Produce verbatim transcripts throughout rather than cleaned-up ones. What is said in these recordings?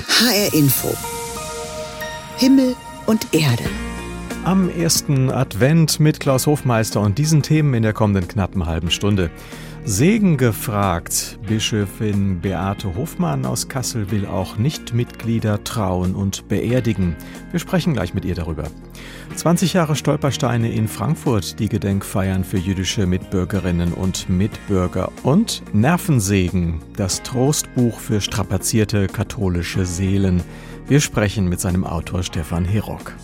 H R Info. Himmel und Erde. Am ersten Advent mit Klaus Hofmeister und diesen Themen in der kommenden knappen halben Stunde. Segen gefragt. Bischöfin Beate Hofmann aus Kassel will auch Nichtmitglieder trauen und beerdigen. Wir sprechen gleich mit ihr darüber. zwanzig Jahre Stolpersteine in Frankfurt, die Gedenkfeiern für jüdische Mitbürgerinnen und Mitbürger. Und Nervensegen, das Trostbuch für strapazierte katholische Seelen. Wir sprechen mit seinem Autor Stefan Herock.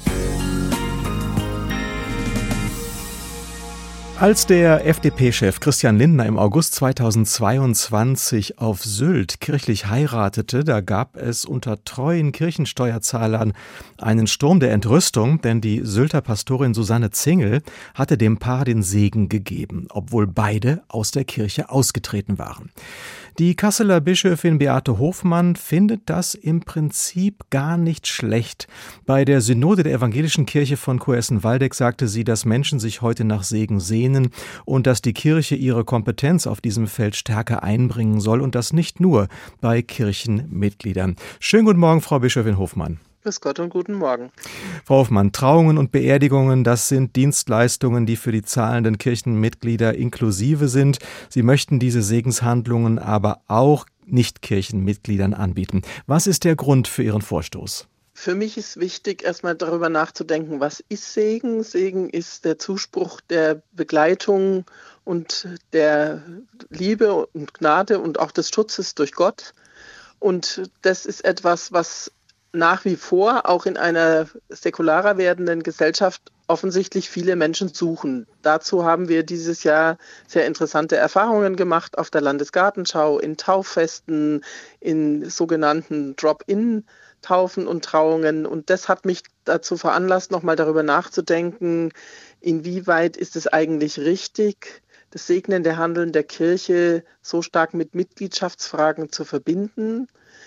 Als der F D P-Chef Christian Lindner im August zweitausendzweiundzwanzig auf Sylt kirchlich heiratete, da gab es unter treuen Kirchensteuerzahlern einen Sturm der Entrüstung, denn die Sylter Pastorin Susanne Zingel hatte dem Paar den Segen gegeben, obwohl beide aus der Kirche ausgetreten waren. Die Kasseler Bischöfin Beate Hofmann findet das im Prinzip gar nicht schlecht. Bei der Synode der Evangelischen Kirche von Coessen-Waldeck sagte sie, dass Menschen sich heute nach Segen sehnen und dass die Kirche ihre Kompetenz auf diesem Feld stärker einbringen soll und das nicht nur bei Kirchenmitgliedern. Schönen guten Morgen, Frau Bischöfin Hofmann. Grüß Gott und guten Morgen. Frau Hofmann, Trauungen und Beerdigungen, das sind Dienstleistungen, die für die zahlenden Kirchenmitglieder inklusive sind. Sie möchten diese Segenshandlungen aber auch Nicht-Kirchenmitgliedern anbieten. Was ist der Grund für Ihren Vorstoß? Für mich ist wichtig, erstmal darüber nachzudenken, was ist Segen? Segen ist der Zuspruch der Begleitung und der Liebe und Gnade und auch des Schutzes durch Gott. Und das ist etwas, was nach wie vor auch in einer säkularer werdenden Gesellschaft offensichtlich viele Menschen suchen. Dazu haben wir dieses Jahr sehr interessante Erfahrungen gemacht auf der Landesgartenschau, in Tauffesten, in sogenannten Drop-in-Taufen und Trauungen. Und das hat mich dazu veranlasst, nochmal darüber nachzudenken, inwieweit ist es eigentlich richtig, das segnende Handeln der Kirche so stark mit Mitgliedschaftsfragen zu verbinden.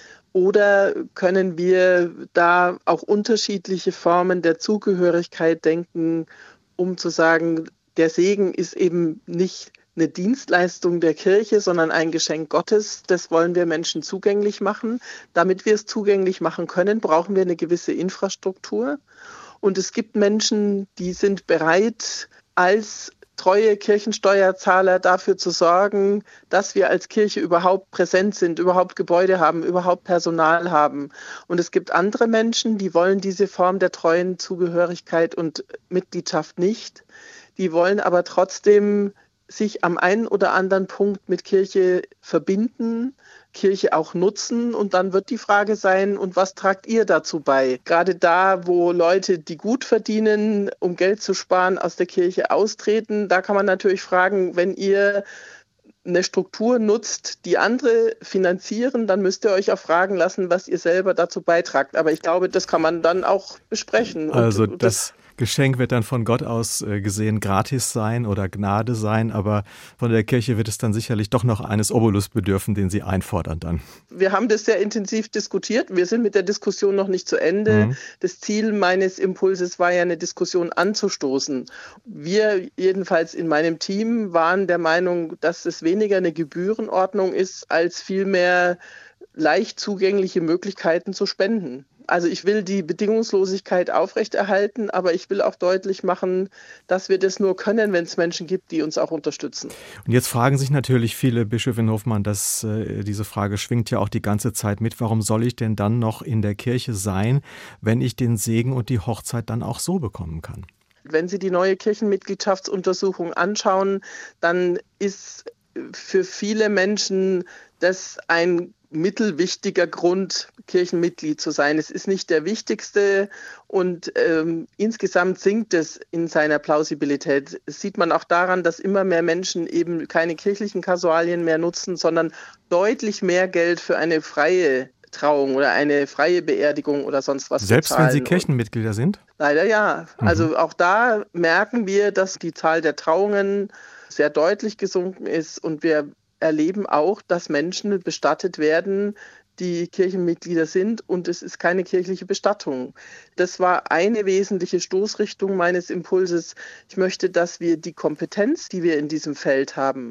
Oder können wir da auch unterschiedliche Formen der Zugehörigkeit denken, um zu sagen, der Segen ist eben nicht eine Dienstleistung der Kirche, sondern ein Geschenk Gottes. Das wollen wir Menschen zugänglich machen. Damit wir es zugänglich machen können, brauchen wir eine gewisse Infrastruktur. Und es gibt Menschen, die sind bereit, als treue Kirchensteuerzahler dafür zu sorgen, dass wir als Kirche überhaupt präsent sind, überhaupt Gebäude haben, überhaupt Personal haben. Und es gibt andere Menschen, die wollen diese Form der treuen Zugehörigkeit und Mitgliedschaft nicht. Die wollen aber trotzdem sich am einen oder anderen Punkt mit Kirche verbinden, Kirche auch nutzen, und dann wird die Frage sein, und was tragt ihr dazu bei? Gerade da, wo Leute, die gut verdienen, um Geld zu sparen, aus der Kirche austreten, da kann man natürlich fragen, wenn ihr eine Struktur nutzt, die andere finanzieren, dann müsst ihr euch auch fragen lassen, was ihr selber dazu beitragt. Aber ich glaube, das kann man dann auch besprechen. Also und, das, das Geschenk wird dann von Gott aus äh, gesehen gratis sein oder Gnade sein, aber von der Kirche wird es dann sicherlich doch noch eines Obolus bedürfen, den Sie einfordern dann. Wir haben das sehr intensiv diskutiert. Wir sind mit der Diskussion noch nicht zu Ende. Mhm. Das Ziel meines Impulses war ja, eine Diskussion anzustoßen. Wir jedenfalls in meinem Team waren der Meinung, dass es weniger eine Gebührenordnung ist, als vielmehr leicht zugängliche Möglichkeiten zu spenden. Also ich will die Bedingungslosigkeit aufrechterhalten, aber ich will auch deutlich machen, dass wir das nur können, wenn es Menschen gibt, die uns auch unterstützen. Und jetzt fragen sich natürlich viele, Bischöfin Hofmann, dass äh, diese Frage schwingt ja auch die ganze Zeit mit. Warum soll ich denn dann noch in der Kirche sein, wenn ich den Segen und die Hochzeit dann auch so bekommen kann? Wenn Sie die neue Kirchenmitgliedschaftsuntersuchung anschauen, dann ist für viele Menschen das ein mittelwichtiger Grund, Kirchenmitglied zu sein. Es ist nicht der wichtigste und ähm, insgesamt sinkt es in seiner Plausibilität. Das sieht man auch daran, dass immer mehr Menschen eben keine kirchlichen Kasualien mehr nutzen, sondern deutlich mehr Geld für eine freie Trauung oder eine freie Beerdigung oder sonst was Selbst bezahlen. wenn sie Kirchenmitglieder sind? Leider ja. Mhm. Also auch da merken wir, dass die Zahl der Trauungen sehr deutlich gesunken ist, und wir erleben auch, dass Menschen bestattet werden, die Kirchenmitglieder sind, und es ist keine kirchliche Bestattung. Das war eine wesentliche Stoßrichtung meines Impulses. Ich möchte, dass wir die Kompetenz, die wir in diesem Feld haben,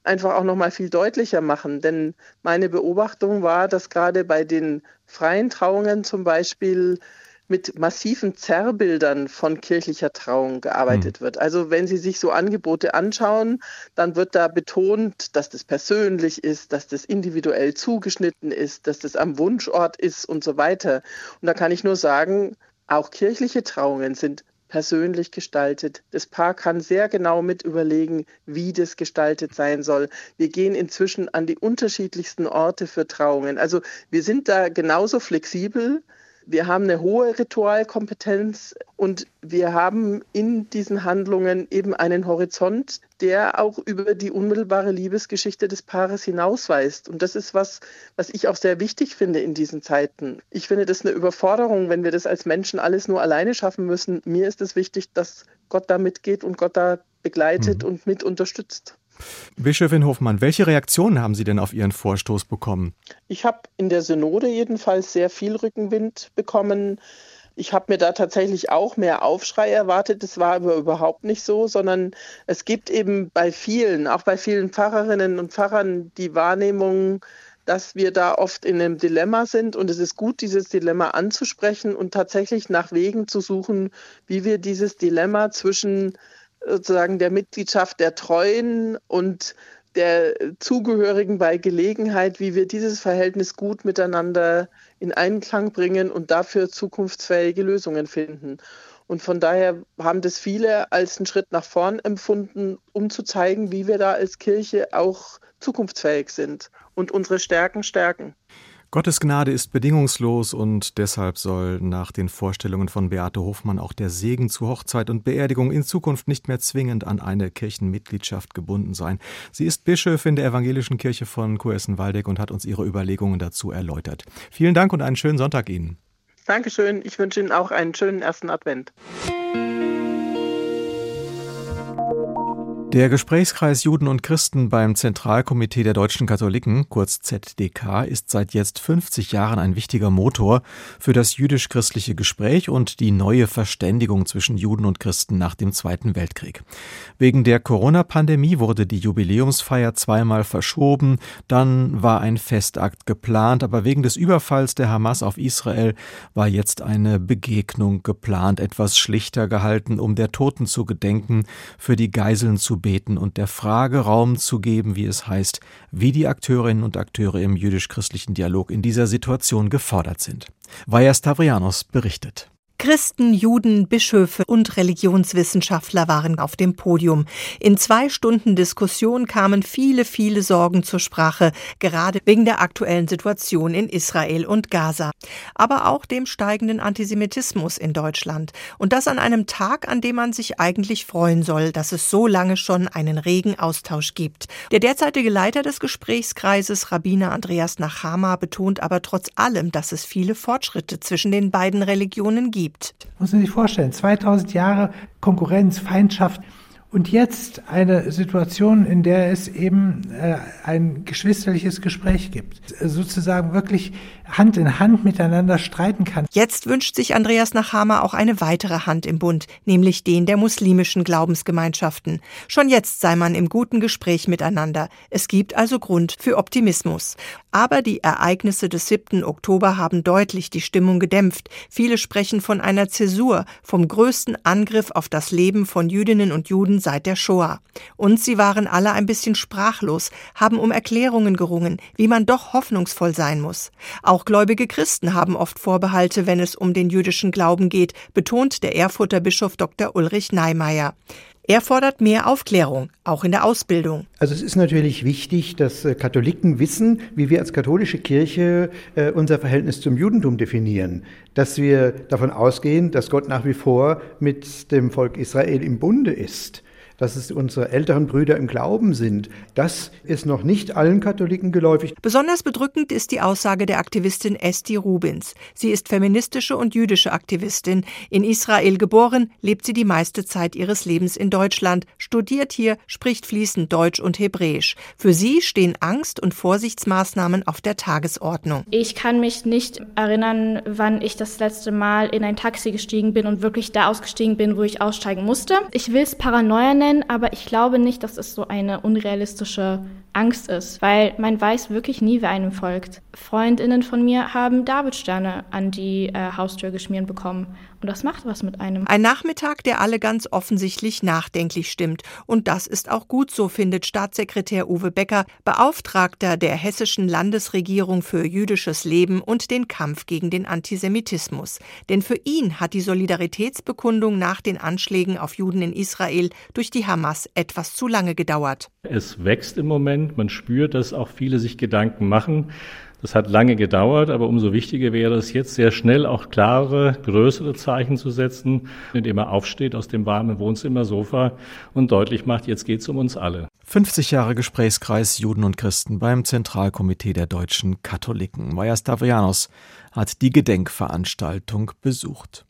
einfach auch noch mal viel deutlicher machen. Denn meine Beobachtung war, dass gerade bei den freien Trauungen zum Beispiel mit massiven Zerrbildern von kirchlicher Trauung gearbeitet wird. Also wenn Sie sich so Angebote anschauen, dann wird da betont, dass das persönlich ist, dass das individuell zugeschnitten ist, dass das am Wunschort ist und so weiter. Und da kann ich nur sagen, auch kirchliche Trauungen sind persönlich gestaltet. Das Paar kann sehr genau mit überlegen, wie das gestaltet sein soll. Wir gehen inzwischen an die unterschiedlichsten Orte für Trauungen. Also wir sind da genauso flexibel. Wir haben eine hohe Ritualkompetenz und wir haben in diesen Handlungen eben einen Horizont, der auch über die unmittelbare Liebesgeschichte des Paares hinausweist. Und das ist was, was ich auch sehr wichtig finde in diesen Zeiten. Ich finde das eine Überforderung, wenn wir das als Menschen alles nur alleine schaffen müssen. Mir ist es wichtig, dass Gott da mitgeht und Gott da begleitet mhm. und mit unterstützt. Bischöfin Hofmann, welche Reaktionen haben Sie denn auf Ihren Vorstoß bekommen? Ich habe in der Synode jedenfalls sehr viel Rückenwind bekommen. Ich habe mir da tatsächlich auch mehr Aufschrei erwartet. Das war aber überhaupt nicht so, sondern es gibt eben bei vielen, auch bei vielen Pfarrerinnen und Pfarrern die Wahrnehmung, dass wir da oft in einem Dilemma sind. Und es ist gut, dieses Dilemma anzusprechen und tatsächlich nach Wegen zu suchen, wie wir dieses Dilemma zwischen sozusagen der Mitgliedschaft der Treuen und der Zugehörigen bei Gelegenheit, wie wir dieses Verhältnis gut miteinander in Einklang bringen und dafür zukunftsfähige Lösungen finden. Und von daher haben das viele als einen Schritt nach vorn empfunden, um zu zeigen, wie wir da als Kirche auch zukunftsfähig sind und unsere Stärken stärken. Gottes Gnade ist bedingungslos und deshalb soll nach den Vorstellungen von Beate Hofmann auch der Segen zu Hochzeit und Beerdigung in Zukunft nicht mehr zwingend an eine Kirchenmitgliedschaft gebunden sein. Sie ist Bischöfin der Evangelischen Kirche von Coessen-Waldeck und hat uns ihre Überlegungen dazu erläutert. Vielen Dank und einen schönen Sonntag Ihnen. Dankeschön. Ich wünsche Ihnen auch einen schönen ersten Advent. Der Gesprächskreis Juden und Christen beim Zentralkomitee der Deutschen Katholiken, kurz Z D K, ist seit jetzt fünfzig Jahren ein wichtiger Motor für das jüdisch-christliche Gespräch und die neue Verständigung zwischen Juden und Christen nach dem Zweiten Weltkrieg. Wegen der Corona-Pandemie wurde die Jubiläumsfeier zweimal verschoben, dann war ein Festakt geplant, aber wegen des Überfalls der Hamas auf Israel war jetzt eine Begegnung geplant, etwas schlichter gehalten, um der Toten zu gedenken, für die Geiseln zu beten und der Frage Raum zu geben, wie es heißt, wie die Akteurinnen und Akteure im jüdisch-christlichen Dialog in dieser Situation gefordert sind. Vaja Stavrianos berichtet. Christen, Juden, Bischöfe und Religionswissenschaftler waren auf dem Podium. In zwei Stunden Diskussion kamen viele, viele Sorgen zur Sprache, gerade wegen der aktuellen Situation in Israel und Gaza. Aber auch dem steigenden Antisemitismus in Deutschland. Und das an einem Tag, an dem man sich eigentlich freuen soll, dass es so lange schon einen regen Austausch gibt. Der derzeitige Leiter des Gesprächskreises, Rabbiner Andreas Nachama, betont aber trotz allem, dass es viele Fortschritte zwischen den beiden Religionen gibt. Muss man sich vorstellen, zweitausend Jahre Konkurrenz, Feindschaft und jetzt eine Situation, in der es eben äh, ein geschwisterliches Gespräch gibt, sozusagen wirklich Hand in Hand miteinander streiten kann. Jetzt wünscht sich Andreas Nachama auch eine weitere Hand im Bund, nämlich den der muslimischen Glaubensgemeinschaften. Schon jetzt sei man im guten Gespräch miteinander. Es gibt also Grund für Optimismus. Aber die Ereignisse des siebten Oktober haben deutlich die Stimmung gedämpft. Viele sprechen von einer Zäsur, vom größten Angriff auf das Leben von Jüdinnen und Juden seit der Shoah. Und sie waren alle ein bisschen sprachlos, haben um Erklärungen gerungen, wie man doch hoffnungsvoll sein muss. Auch gläubige Christen haben oft Vorbehalte, wenn es um den jüdischen Glauben geht, betont der Erfurter Bischof Doktor Ulrich Neimeyer. Er fordert mehr Aufklärung, auch in der Ausbildung. Also es ist natürlich wichtig, dass Katholiken wissen, wie wir als katholische Kirche äh, unser Verhältnis zum Judentum definieren. Dass wir davon ausgehen, dass Gott nach wie vor mit dem Volk Israel im Bunde ist. Dass es unsere älteren Brüder im Glauben sind. Das ist noch nicht allen Katholiken geläufig. Besonders bedrückend ist die Aussage der Aktivistin Esti Rubins. Sie ist feministische und jüdische Aktivistin. In Israel geboren, lebt sie die meiste Zeit ihres Lebens in Deutschland, studiert hier, spricht fließend Deutsch und Hebräisch. Für sie stehen Angst- und Vorsichtsmaßnahmen auf der Tagesordnung. Ich kann mich nicht erinnern, wann ich das letzte Mal in ein Taxi gestiegen bin und wirklich da ausgestiegen bin, wo ich aussteigen musste. Ich will es Paranoia nennen. sein, aber ich glaube nicht, dass es so eine unrealistische Angst ist, weil man weiß wirklich nie, wer einem folgt. Freundinnen von mir haben Davidsterne an die äh, Haustür geschmiert bekommen und das macht was mit einem. Ein Nachmittag, der alle ganz offensichtlich nachdenklich stimmt. Und das ist auch gut so, findet Staatssekretär Uwe Becker, Beauftragter der hessischen Landesregierung für jüdisches Leben und den Kampf gegen den Antisemitismus. Denn für ihn hat die Solidaritätsbekundung nach den Anschlägen auf Juden in Israel durch die Hamas etwas zu lange gedauert. Es wächst im Moment. Man spürt, dass auch viele sich Gedanken machen. Das hat lange gedauert, aber umso wichtiger wäre es jetzt, sehr schnell auch klare, größere Zeichen zu setzen, indem er aufsteht aus dem warmen Wohnzimmersofa und deutlich macht, jetzt geht's um uns alle. fünfzig Jahre Gesprächskreis Juden und Christen beim Zentralkomitee der deutschen Katholiken. Maja Stavrianos hat die Gedenkveranstaltung besucht.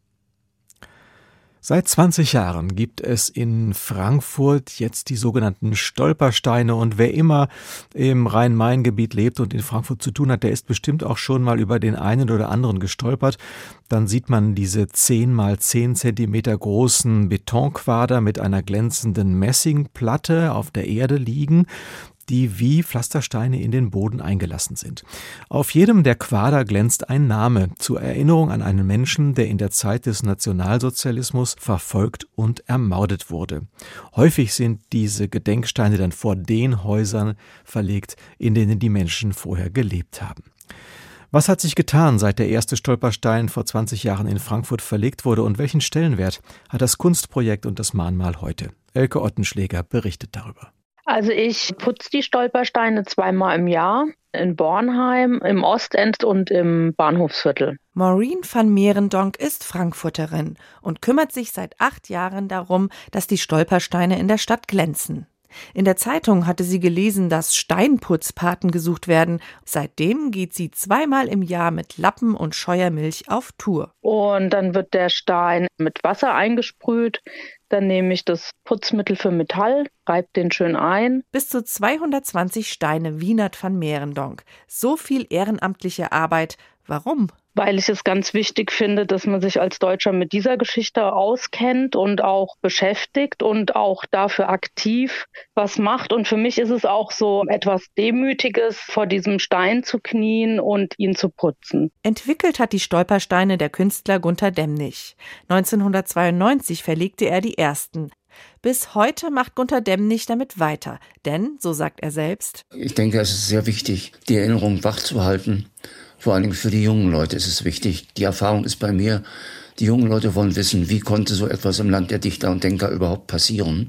Seit zwanzig Jahren gibt es in Frankfurt jetzt die sogenannten Stolpersteine und wer immer im Rhein-Main-Gebiet lebt und in Frankfurt zu tun hat, der ist bestimmt auch schon mal über den einen oder anderen gestolpert. Dann sieht man diese zehn mal zehn Zentimeter großen Betonquader mit einer glänzenden Messingplatte auf der Erde liegen, die wie Pflastersteine in den Boden eingelassen sind. Auf jedem der Quader glänzt ein Name zur Erinnerung an einen Menschen, der in der Zeit des Nationalsozialismus verfolgt und ermordet wurde. Häufig sind diese Gedenksteine dann vor den Häusern verlegt, in denen die Menschen vorher gelebt haben. Was hat sich getan, seit der erste Stolperstein vor zwanzig Jahren in Frankfurt verlegt wurde und welchen Stellenwert hat das Kunstprojekt und das Mahnmal heute? Elke Ottenschläger berichtet darüber. Also ich putze die Stolpersteine zweimal im Jahr in Bornheim, im Ostend und im Bahnhofsviertel. Maureen van Meerendonk ist Frankfurterin und kümmert sich seit acht Jahren darum, dass die Stolpersteine in der Stadt glänzen. In der Zeitung hatte sie gelesen, dass Steinputzpaten gesucht werden. Seitdem geht sie zweimal im Jahr mit Lappen und Scheuermilch auf Tour. Und dann wird der Stein mit Wasser eingesprüht. Dann nehme ich das Putzmittel für Metall, reibe den schön ein. Bis zu zweihundertzwanzig Steine wienert van Meerendonk. So viel ehrenamtliche Arbeit. Warum? Weil ich es ganz wichtig finde, dass man sich als Deutscher mit dieser Geschichte auskennt und auch beschäftigt und auch dafür aktiv was macht. Und für mich ist es auch so etwas Demütiges, vor diesem Stein zu knien und ihn zu putzen. Entwickelt hat die Stolpersteine der Künstler Gunter Demnig. neunzehnhundertzweiundneunzig verlegte er die ersten. Bis heute macht Gunter Demnig damit weiter, denn, so sagt er selbst, ich denke, es ist sehr wichtig, die Erinnerung wachzuhalten. Vor allem für die jungen Leute ist es wichtig. Die Erfahrung ist bei mir, die jungen Leute wollen wissen, wie konnte so etwas im Land der Dichter und Denker überhaupt passieren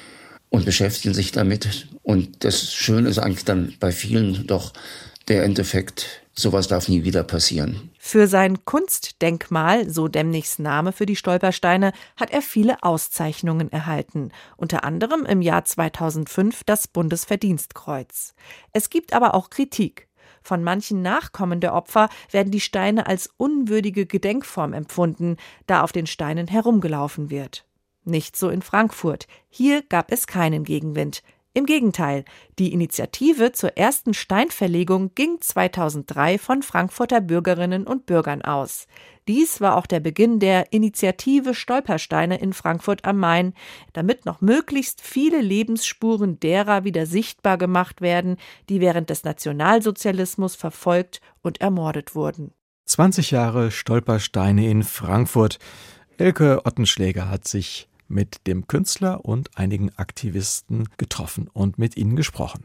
und beschäftigen sich damit. Und das Schöne ist eigentlich dann bei vielen doch der Endeffekt, sowas darf nie wieder passieren. Für sein Kunstdenkmal, so Demnigs Name für die Stolpersteine, hat er viele Auszeichnungen erhalten. Unter anderem im Jahr zweitausendfünf das Bundesverdienstkreuz. Es gibt aber auch Kritik. Von manchen Nachkommen der Opfer werden die Steine als unwürdige Gedenkform empfunden, da auf den Steinen herumgelaufen wird. Nicht so in Frankfurt. Hier gab es keinen Gegenwind. Im Gegenteil, die Initiative zur ersten Steinverlegung ging zweitausenddrei von Frankfurter Bürgerinnen und Bürgern aus. Dies war auch der Beginn der Initiative Stolpersteine in Frankfurt am Main, damit noch möglichst viele Lebensspuren derer wieder sichtbar gemacht werden, die während des Nationalsozialismus verfolgt und ermordet wurden. zwanzig Jahre Stolpersteine in Frankfurt. Elke Ottenschläger hat sich mit dem Künstler und einigen Aktivisten getroffen und mit ihnen gesprochen.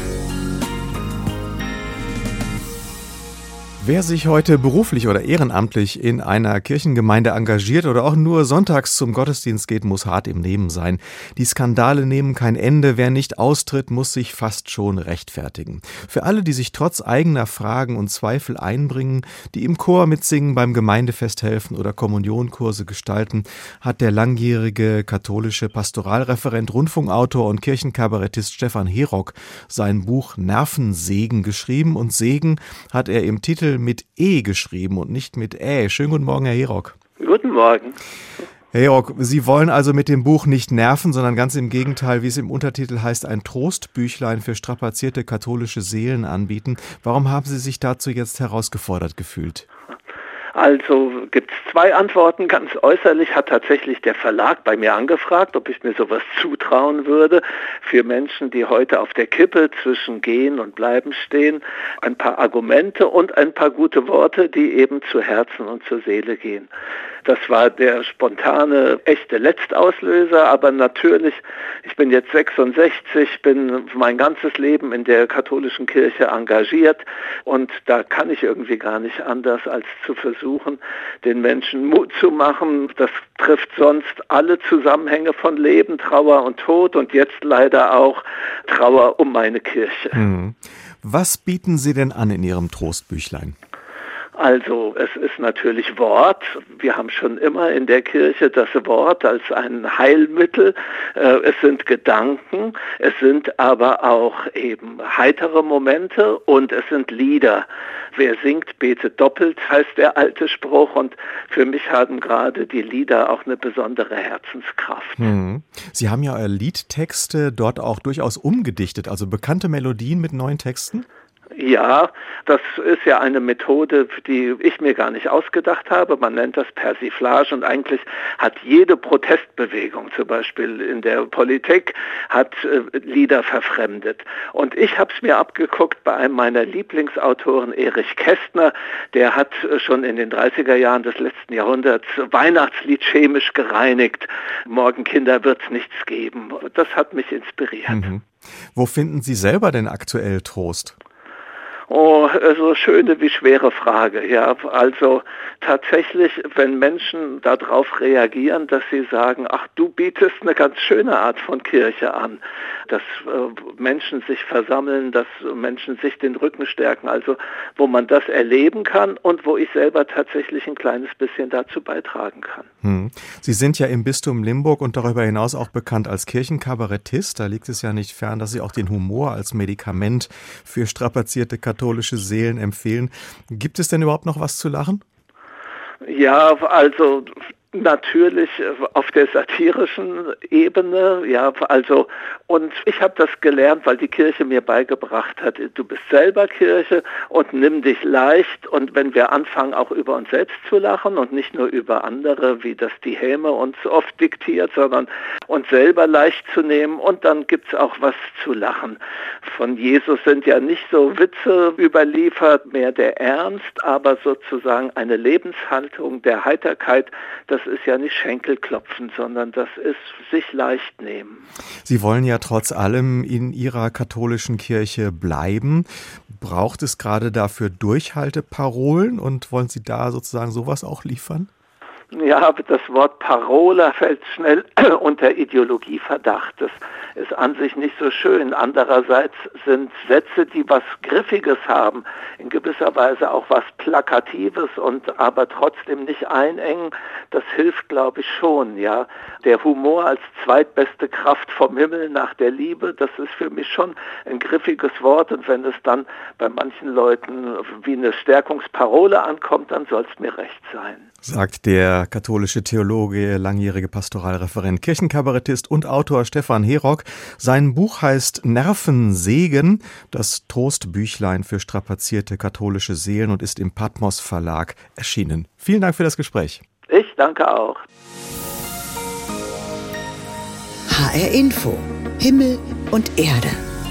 Wer sich heute beruflich oder ehrenamtlich in einer Kirchengemeinde engagiert oder auch nur sonntags zum Gottesdienst geht, muss hart im Nehmen sein. Die Skandale nehmen kein Ende. Wer nicht austritt, muss sich fast schon rechtfertigen. Für alle, die sich trotz eigener Fragen und Zweifel einbringen, die im Chor mitsingen, beim Gemeindefest helfen oder Kommunionkurse gestalten, hat der langjährige katholische Pastoralreferent, Rundfunkautor und Kirchenkabarettist Stefan Herock sein Buch Nervensegen geschrieben. Und Segen hat er im Titel mit E geschrieben und nicht mit Ä. Schönen guten Morgen, Herr Herock. Guten Morgen. Herr Herock, Sie wollen also mit dem Buch nicht nerven, sondern ganz im Gegenteil, wie es im Untertitel heißt, ein Trostbüchlein für strapazierte katholische Seelen anbieten. Warum haben Sie sich dazu jetzt herausgefordert gefühlt? Also gibt es zwei Antworten. Ganz äußerlich hat tatsächlich der Verlag bei mir angefragt, ob ich mir sowas zutrauen würde, für Menschen, die heute auf der Kippe zwischen Gehen und Bleiben stehen, ein paar Argumente und ein paar gute Worte, die eben zu Herzen und zur Seele gehen. Das war der spontane, echte Letztauslöser, aber natürlich, ich bin jetzt sechsundsechzig, bin mein ganzes Leben in der katholischen Kirche engagiert und da kann ich irgendwie gar nicht anders, als zu versuchen, den Menschen Mut zu machen. Das trifft sonst alle Zusammenhänge von Leben, Trauer und Tod und jetzt leider auch Trauer um meine Kirche. Hm. Was bieten Sie denn an in Ihrem Trostbüchlein? Also es ist natürlich Wort. Wir haben schon immer in der Kirche das Wort als ein Heilmittel. Es sind Gedanken, es sind aber auch eben heitere Momente und es sind Lieder. Wer singt, betet doppelt, heißt der alte Spruch. Und für mich haben gerade die Lieder auch eine besondere Herzenskraft. Hm. Sie haben ja Liedtexte dort auch durchaus umgedichtet, also bekannte Melodien mit neuen Texten? Ja, das ist ja eine Methode, die ich mir gar nicht ausgedacht habe. Man nennt das Persiflage und eigentlich hat jede Protestbewegung, zum Beispiel in der Politik, hat äh, Lieder verfremdet. Und ich habe es mir abgeguckt bei einem meiner Lieblingsautoren, Erich Kästner. Der hat äh, schon in den dreißiger Jahren des letzten Jahrhunderts Weihnachtslied chemisch gereinigt. Morgen, Kinder, wird's nichts geben. Das hat mich inspiriert. Mhm. Wo finden Sie selber denn aktuell Trost? Oh, so schöne wie schwere Frage, ja. Also tatsächlich, wenn Menschen darauf reagieren, dass sie sagen, ach, du bietest eine ganz schöne Art von Kirche an, dass äh, Menschen sich versammeln, dass Menschen sich den Rücken stärken, also wo man das erleben kann und wo ich selber tatsächlich ein kleines bisschen dazu beitragen kann. Hm. Sie sind ja im Bistum Limburg und darüber hinaus auch bekannt als Kirchenkabarettist. Da liegt es ja nicht fern, dass Sie auch den Humor als Medikament für strapazierte katholische Seelen empfehlen. Gibt es denn überhaupt noch was zu lachen? Ja, also natürlich auf der satirischen Ebene, ja, also und ich habe das gelernt, weil die Kirche mir beigebracht hat, du bist selber Kirche und nimm dich leicht und wenn wir anfangen auch über uns selbst zu lachen und nicht nur über andere, wie das die Häme uns oft diktiert, sondern uns selber leicht zu nehmen und dann gibt's auch was zu lachen. Von Jesus sind ja nicht so Witze überliefert, mehr der Ernst, aber sozusagen eine Lebenshaltung der Heiterkeit, das ist ja nicht Schenkelklopfen, sondern das ist sich leicht nehmen. Sie wollen ja trotz allem in Ihrer katholischen Kirche bleiben. Braucht es gerade dafür Durchhalteparolen und wollen Sie da sozusagen sowas auch liefern? Ja, das Wort Parole fällt schnell unter Ideologieverdacht. Das ist an sich nicht so schön. Andererseits sind Sätze, die was Griffiges haben, in gewisser Weise auch was Plakatives und aber trotzdem nicht einengen. Das hilft, glaube ich, schon. Ja, der Humor als zweitbeste Kraft vom Himmel nach der Liebe, das ist für mich schon ein griffiges Wort. Und wenn es dann bei manchen Leuten wie eine Stärkungsparole ankommt, dann soll es mir recht sein. Sagt der katholische Theologe, langjährige Pastoralreferent, Kirchenkabarettist und Autor Stefan Herock. Sein Buch heißt Nervensegen, das Trostbüchlein für strapazierte katholische Seelen und ist im Patmos Verlag erschienen. Vielen Dank für das Gespräch. Ich danke auch. H R Info. Himmel und Erde.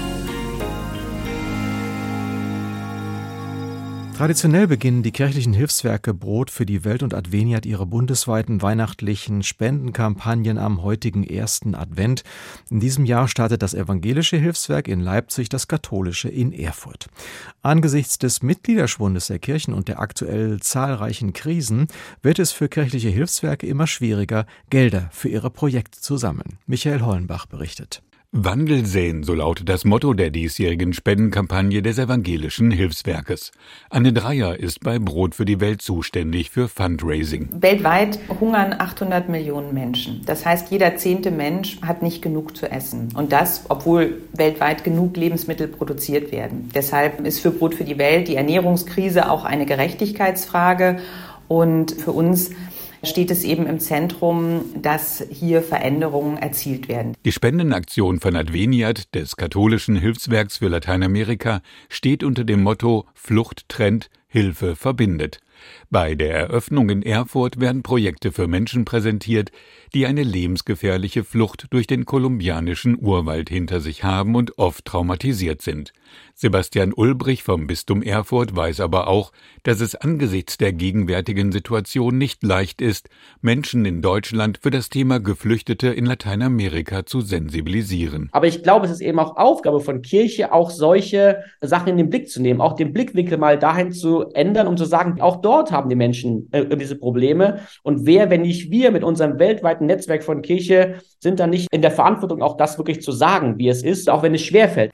Traditionell beginnen die kirchlichen Hilfswerke Brot für die Welt und Adveniat ihre bundesweiten weihnachtlichen Spendenkampagnen am heutigen ersten Advent. In diesem Jahr startet das evangelische Hilfswerk in Leipzig, das katholische in Erfurt. Angesichts des Mitgliederschwundes der Kirchen und der aktuell zahlreichen Krisen wird es für kirchliche Hilfswerke immer schwieriger, Gelder für ihre Projekte zu sammeln. Michael Hollenbach berichtet. Wandel säen, so lautet das Motto der diesjährigen Spendenkampagne des evangelischen Hilfswerkes. Anne Dreyer ist bei Brot für die Welt zuständig für Fundraising. Weltweit hungern achthundert Millionen Menschen. Das heißt, jeder zehnte Mensch hat nicht genug zu essen. Und das, obwohl weltweit genug Lebensmittel produziert werden. Deshalb ist für Brot für die Welt die Ernährungskrise auch eine Gerechtigkeitsfrage. Und für uns steht es eben im Zentrum, dass hier Veränderungen erzielt werden. Die Spendenaktion von Adveniat, des katholischen Hilfswerks für Lateinamerika, steht unter dem Motto Flucht trennt, Hilfe verbindet. Bei der Eröffnung in Erfurt werden Projekte für Menschen präsentiert, die eine lebensgefährliche Flucht durch den kolumbianischen Urwald hinter sich haben und oft traumatisiert sind. Sebastian Ulbrich vom Bistum Erfurt weiß aber auch, dass es angesichts der gegenwärtigen Situation nicht leicht ist, Menschen in Deutschland für das Thema Geflüchtete in Lateinamerika zu sensibilisieren. Aber ich glaube, es ist eben auch Aufgabe von Kirche, auch solche Sachen in den Blick zu nehmen, auch den Blickwinkel mal dahin zu ändern, um zu sagen, auch dort haben die Menschen äh, diese Probleme. Und wer, wenn nicht wir mit unserem weltweiten Netzwerk von Kirche, sind dann nicht in der Verantwortung, auch das wirklich zu sagen, wie es ist, auch wenn es schwerfällt.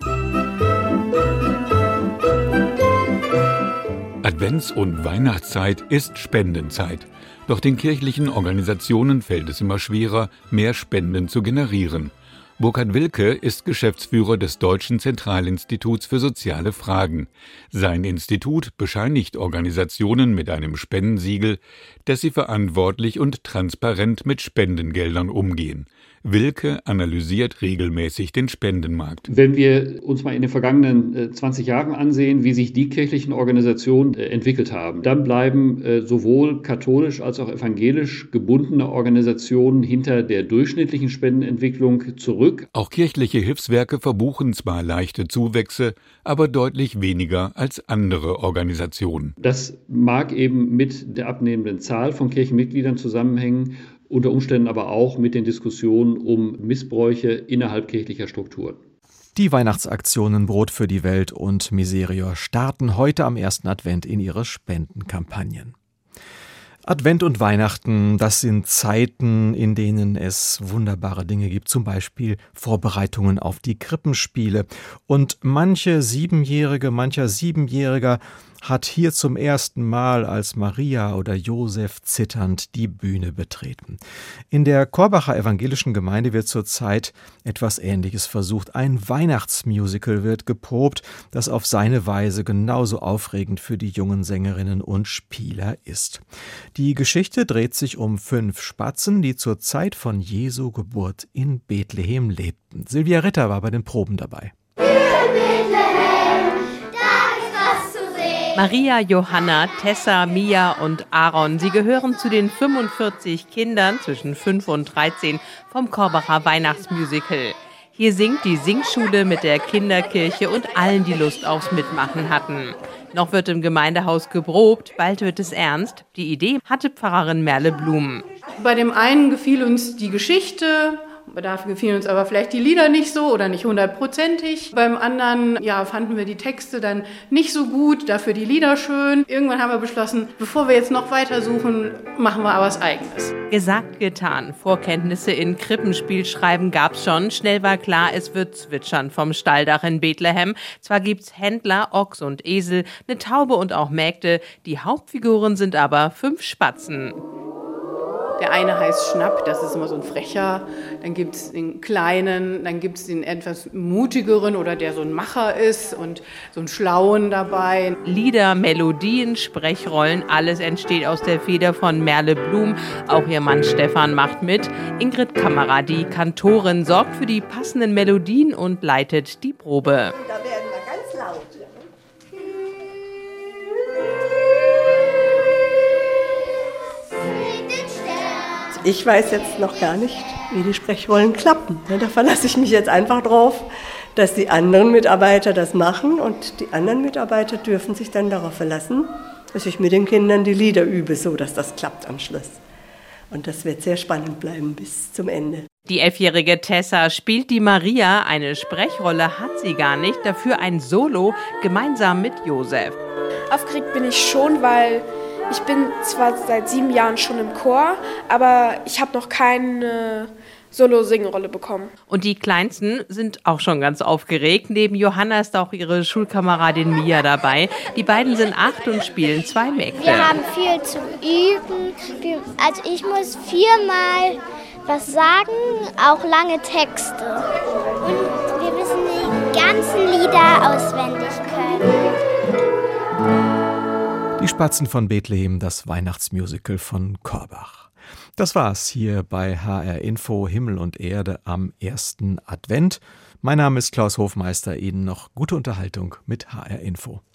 Advents- und Weihnachtszeit ist Spendenzeit. Doch den kirchlichen Organisationen fällt es immer schwerer, mehr Spenden zu generieren. Burkhard Wilke ist Geschäftsführer des Deutschen Zentralinstituts für soziale Fragen. Sein Institut bescheinigt Organisationen mit einem Spendensiegel, dass sie verantwortlich und transparent mit Spendengeldern umgehen. Wilke analysiert regelmäßig den Spendenmarkt. Wenn wir uns mal in den vergangenen zwanzig Jahren ansehen, wie sich die kirchlichen Organisationen entwickelt haben, dann bleiben sowohl katholisch als auch evangelisch gebundene Organisationen hinter der durchschnittlichen Spendenentwicklung zurück. Auch kirchliche Hilfswerke verbuchen zwar leichte Zuwächse, aber deutlich weniger als andere Organisationen. Das mag eben mit der abnehmenden Zahl von Kirchenmitgliedern zusammenhängen, unter Umständen aber auch mit den Diskussionen um Missbräuche innerhalb kirchlicher Strukturen. Die Weihnachtsaktionen Brot für die Welt und Miserior starten heute am ersten Advent in ihre Spendenkampagnen. Advent und Weihnachten, das sind Zeiten, in denen es wunderbare Dinge gibt, zum Beispiel Vorbereitungen auf die Krippenspiele. Und manche Siebenjährige, mancher Siebenjähriger hat hier zum ersten Mal als Maria oder Josef zitternd die Bühne betreten. In der Korbacher evangelischen Gemeinde wird zurzeit etwas Ähnliches versucht. Ein Weihnachtsmusical wird geprobt, das auf seine Weise genauso aufregend für die jungen Sängerinnen und Spieler ist. Die Geschichte dreht sich um fünf Spatzen, die zur Zeit von Jesu Geburt in Bethlehem lebten. Silvia Ritter war bei den Proben dabei. Maria, Johanna, Tessa, Mia und Aaron, sie gehören zu den fünfundvierzig Kindern zwischen fünf und dreizehn vom Korbacher Weihnachtsmusical. Hier singt die Singschule mit der Kinderkirche und allen, die Lust aufs Mitmachen hatten. Noch wird im Gemeindehaus geprobt, bald wird es ernst. Die Idee hatte Pfarrerin Merle Blum. Bei dem einen gefiel uns die Geschichte, dafür gefielen uns aber vielleicht die Lieder nicht so oder nicht hundertprozentig. Beim anderen ja, fanden wir die Texte dann nicht so gut, dafür die Lieder schön. Irgendwann haben wir beschlossen, bevor wir jetzt noch weiter suchen, machen wir aber was Eigenes. Gesagt, getan. Vorkenntnisse in Krippenspielschreiben gab's schon. Schnell war klar, es wird zwitschern vom Stalldach in Bethlehem. Zwar gibt's Händler, Ochs und Esel, eine Taube und auch Mägde. Die Hauptfiguren sind aber fünf Spatzen. Der eine heißt Schnapp, das ist immer so ein Frecher. Dann gibt es den Kleinen, dann gibt es den etwas mutigeren oder der so ein Macher ist und so einen Schlauen dabei. Lieder, Melodien, Sprechrollen, alles entsteht aus der Feder von Merle Blum. Auch ihr Mann Stefan macht mit. Ingrid Kammerer, die Kantorin, sorgt für die passenden Melodien und leitet die Probe. Da werden wir ganz laut. Ich weiß jetzt noch gar nicht, wie die Sprechrollen klappen. Da verlasse ich mich jetzt einfach drauf, dass die anderen Mitarbeiter das machen und die anderen Mitarbeiter dürfen sich dann darauf verlassen, dass ich mit den Kindern die Lieder übe, so dass das klappt am Schluss. Und das wird sehr spannend bleiben bis zum Ende. Die elfjährige Tessa spielt die Maria. Eine Sprechrolle hat sie gar nicht, dafür ein Solo gemeinsam mit Josef. Aufgeregt bin ich schon, weil ich bin zwar seit sieben Jahren schon im Chor, aber ich habe noch keine Solo-Singrolle bekommen. Und die Kleinsten sind auch schon ganz aufgeregt. Neben Johanna ist auch ihre Schulkameradin Mia dabei. Die beiden sind acht und spielen zwei Mägde. Wir haben viel zu üben. Also ich muss viermal was sagen, auch lange Texte. Und wir müssen die ganzen Lieder auswendig können. Die Spatzen von Bethlehem, das Weihnachtsmusical von Korbach. Das war's hier bei H R Info Himmel und Erde am ersten Advent. Mein Name ist Klaus Hofmeister. Ihnen noch gute Unterhaltung mit H R Info.